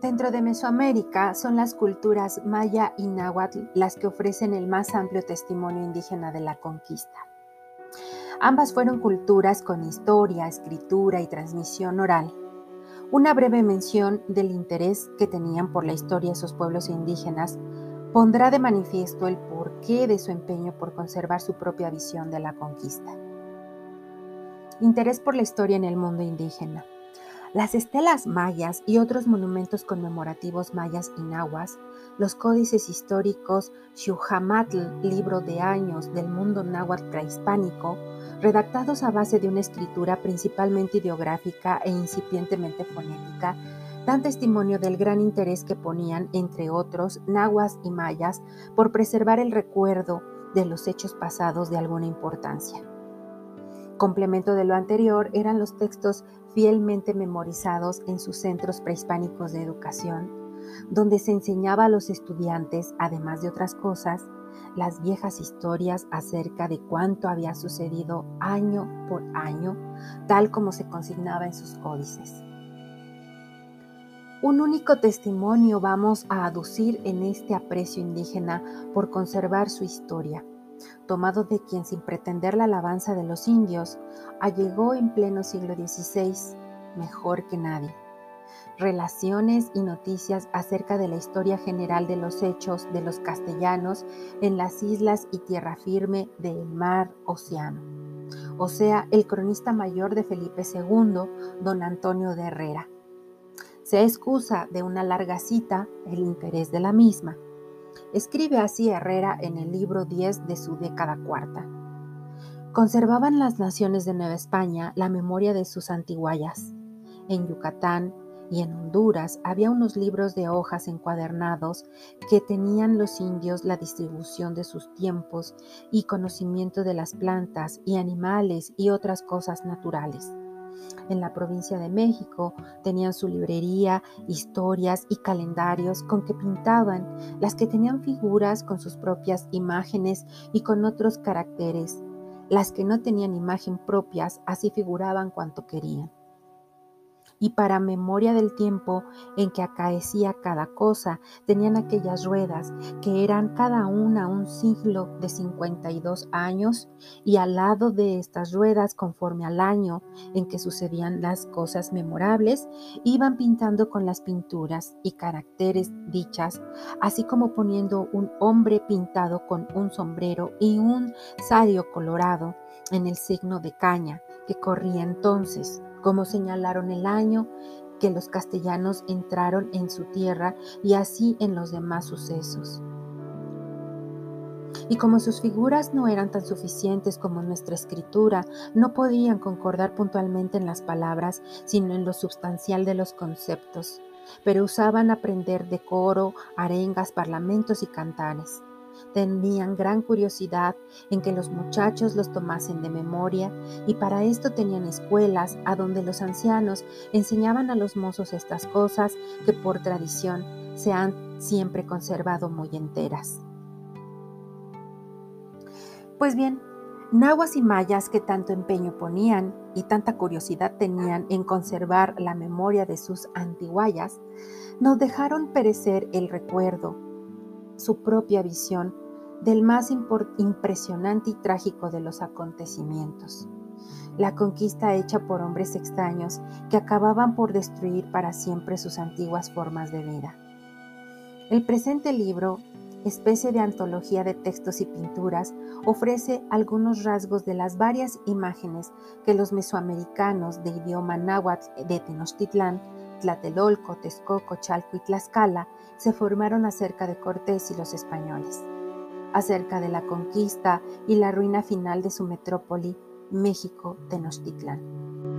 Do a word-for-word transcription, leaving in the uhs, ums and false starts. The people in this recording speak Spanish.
Dentro de Mesoamérica son las culturas maya y náhuatl las que ofrecen el más amplio testimonio indígena de la conquista. Ambas fueron culturas con historia, escritura y transmisión oral. Una breve mención del interés que tenían por la historia esos pueblos indígenas pondrá de manifiesto el porqué de su empeño por conservar su propia visión de la conquista. Interés por la historia en el mundo indígena. Las estelas mayas y otros monumentos conmemorativos mayas y nahuas, los códices históricos Xujamatl, libro de años del mundo náhuatl prehispánico, redactados a base de una escritura principalmente ideográfica e incipientemente fonética, dan testimonio del gran interés que ponían, entre otros, nahuas y mayas, por preservar el recuerdo de los hechos pasados de alguna importancia. Complemento de lo anterior eran los textos fielmente memorizados en sus centros prehispánicos de educación, donde se enseñaba a los estudiantes, además de otras cosas, las viejas historias acerca de cuánto había sucedido año por año, tal como se consignaba en sus códices. Un único testimonio vamos a aducir en este aprecio indígena por conservar su historia, tomado de quien, sin pretender la alabanza de los indios, allegó en pleno siglo dieciséis, mejor que nadie, relaciones y noticias acerca de la historia general de los hechos de los castellanos en las islas y tierra firme del mar Océano, o sea, el cronista mayor de Felipe segundo, don Antonio de Herrera. Se excusa de una larga cita el interés de la misma. Escribe así Herrera en el libro diez de su década cuarta. Conservaban las naciones de Nueva España la memoria de sus antiguallas. En Yucatán y en Honduras había unos libros de hojas encuadernados que tenían los indios la distribución de sus tiempos y conocimiento de las plantas y animales y otras cosas naturales. En la provincia de México tenían su librería, historias y calendarios con que pintaban, las que tenían figuras con sus propias imágenes y con otros caracteres. Las que no tenían imagen propias así figuraban cuanto querían. Y para memoria del tiempo en que acaecía cada cosa, tenían aquellas ruedas que eran cada una un siglo de cincuenta y dos años, y al lado de estas ruedas, conforme al año en que sucedían las cosas memorables, iban pintando con las pinturas y caracteres dichas, así como poniendo un hombre pintado con un sombrero y un sario colorado en el signo de caña que corría entonces, como señalaron el año que los castellanos entraron en su tierra y así en los demás sucesos. Y como sus figuras no eran tan suficientes como nuestra escritura, no podían concordar puntualmente en las palabras, sino en lo substancial de los conceptos, pero usaban aprender decoro, arengas, parlamentos y cantares. Tenían gran curiosidad en que los muchachos los tomasen de memoria, y para esto tenían escuelas a donde los ancianos enseñaban a los mozos estas cosas que por tradición se han siempre conservado muy enteras. Pues bien, nahuas y mayas que tanto empeño ponían y tanta curiosidad tenían en conservar la memoria de sus antiguallas, nos dejaron perecer el recuerdo, su propia visión del más impresionante y trágico de los acontecimientos, la conquista hecha por hombres extraños que acababan por destruir para siempre sus antiguas formas de vida. El presente libro, especie de antología de textos y pinturas, ofrece algunos rasgos de las varias imágenes que los mesoamericanos de idioma náhuatl de Tenochtitlán, Tlatelolco, Texcoco, Chalco y Tlaxcala se formaron acerca de Cortés y los españoles, acerca de la conquista y la ruina final de su metrópoli, México, Tenochtitlán.